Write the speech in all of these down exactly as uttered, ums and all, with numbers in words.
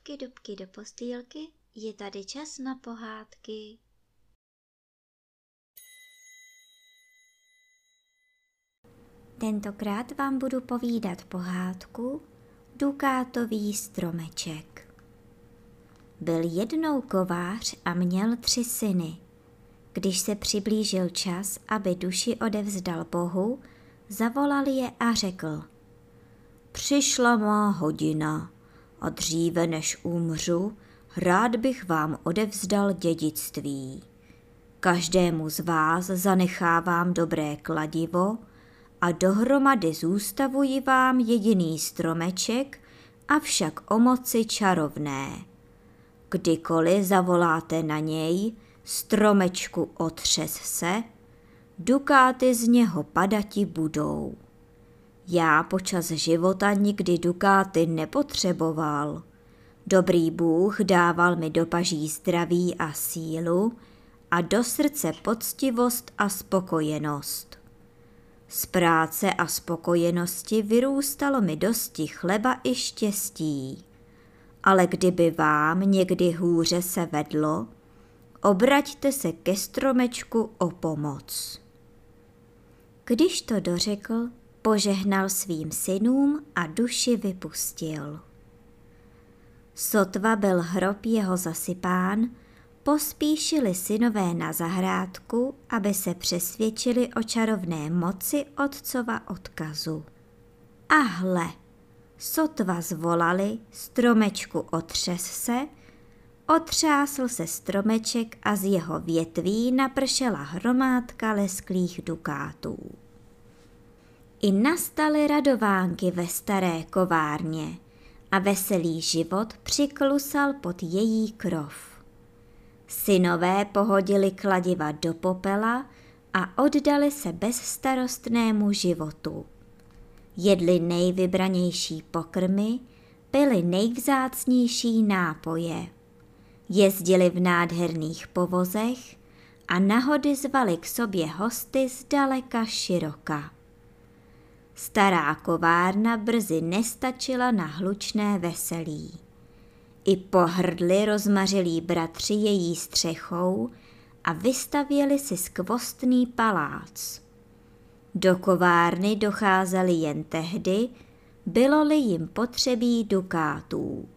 dubky, dubky do postýlky, je tady čas na pohádky. Tentokrát vám budu povídat pohádku Dukátový stromeček. Byl jednou kovář a měl tři syny. Když se přiblížil čas, aby duši odevzdal Bohu, zavolal je a řekl: Přišla má hodina a dříve než umřu, rád bych vám odevzdal dědictví. Každému z vás zanechávám dobré kladivo a dohromady zůstavuji vám jediný stromeček, avšak o moci čarovné. Kdykoliv zavoláte na něj, stromečku otřes se, dukáty z něho padati budou. Já počas života nikdy dukáty nepotřeboval. Dobrý Bůh dával mi do paží zdraví a sílu a do srdce poctivost a spokojenost. Z práce a spokojenosti vyrůstalo mi dosti chleba i štěstí. Ale kdyby vám někdy hůře se vedlo, obraťte se ke stromečku o pomoc. Když to dořekl, požehnal svým synům a duši vypustil. Sotva byl hrob jeho zasypán, pospíšili synové na zahrádku, aby se přesvědčili o čarovné moci otcova odkazu. A hle, sotva zvolali, stromečku otřes se, otřásl se stromeček a z jeho větví napršela hromádka lesklých dukátů. I nastaly radovánky ve staré kovárně a veselý život přiklusal pod její krov. Synové pohodili kladiva do popela a oddali se bezstarostnému životu. Jedli nejvybranější pokrmy, pili nejvzácnější nápoje. Jezdili v nádherných povozech a nahody zvali k sobě hosty zdaleka široka. Stará kovárna brzy nestačila na hlučné veselí. I pohrdli rozmařilí bratři její střechou a vystavěli si skvostný palác. Do kovárny docházeli jen tehdy, bylo-li jim potřebí dukátů.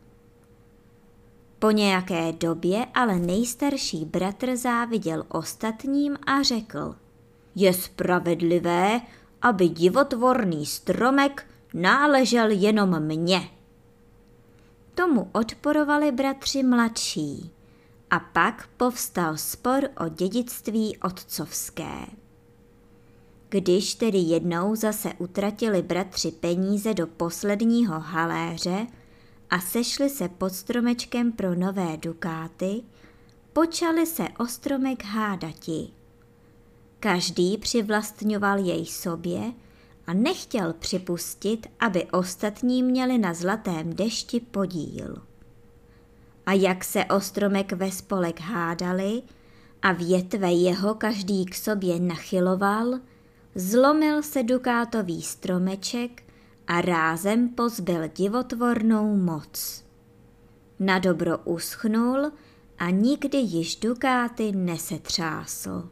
Po nějaké době ale nejstarší bratr záviděl ostatním a řekl: Je spravedlivé, aby divotvorný stromek náležel jenom mně. Tomu odporovali bratři mladší a pak povstal spor o dědictví otcovské. Když tedy jednou zase utratili bratři peníze do posledního haléře a sešli se pod stromečkem pro nové dukáty, počali se o stromek hádati. Každý přivlastňoval jej sobě a nechtěl připustit, aby ostatní měli na zlatém dešti podíl. A jak se o stromek ve spolek hádali a větve jeho každý k sobě nachyloval, zlomil se dukátový stromeček a rázem pozbyl divotvornou moc. Na dobro uschnul a nikdy již dukáty nesetřásl.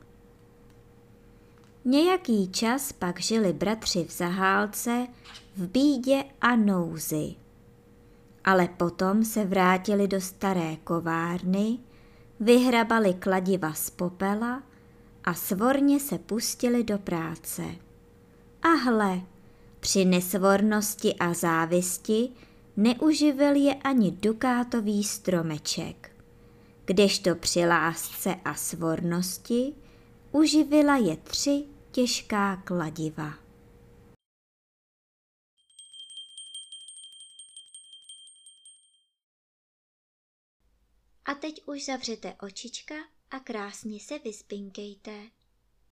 Nějaký čas pak žili bratři v zahálce, v bídě a nouzi. Ale potom se vrátili do staré kovárny, vyhrabali kladiva z popela a svorně se pustili do práce. A hle, při nesvornosti a závisti neuživil je ani dukátový stromeček, kdežto při lásce a svornosti uživila je tři těžká kladiva. A teď už zavřete očička a krásně se vyspinkejte.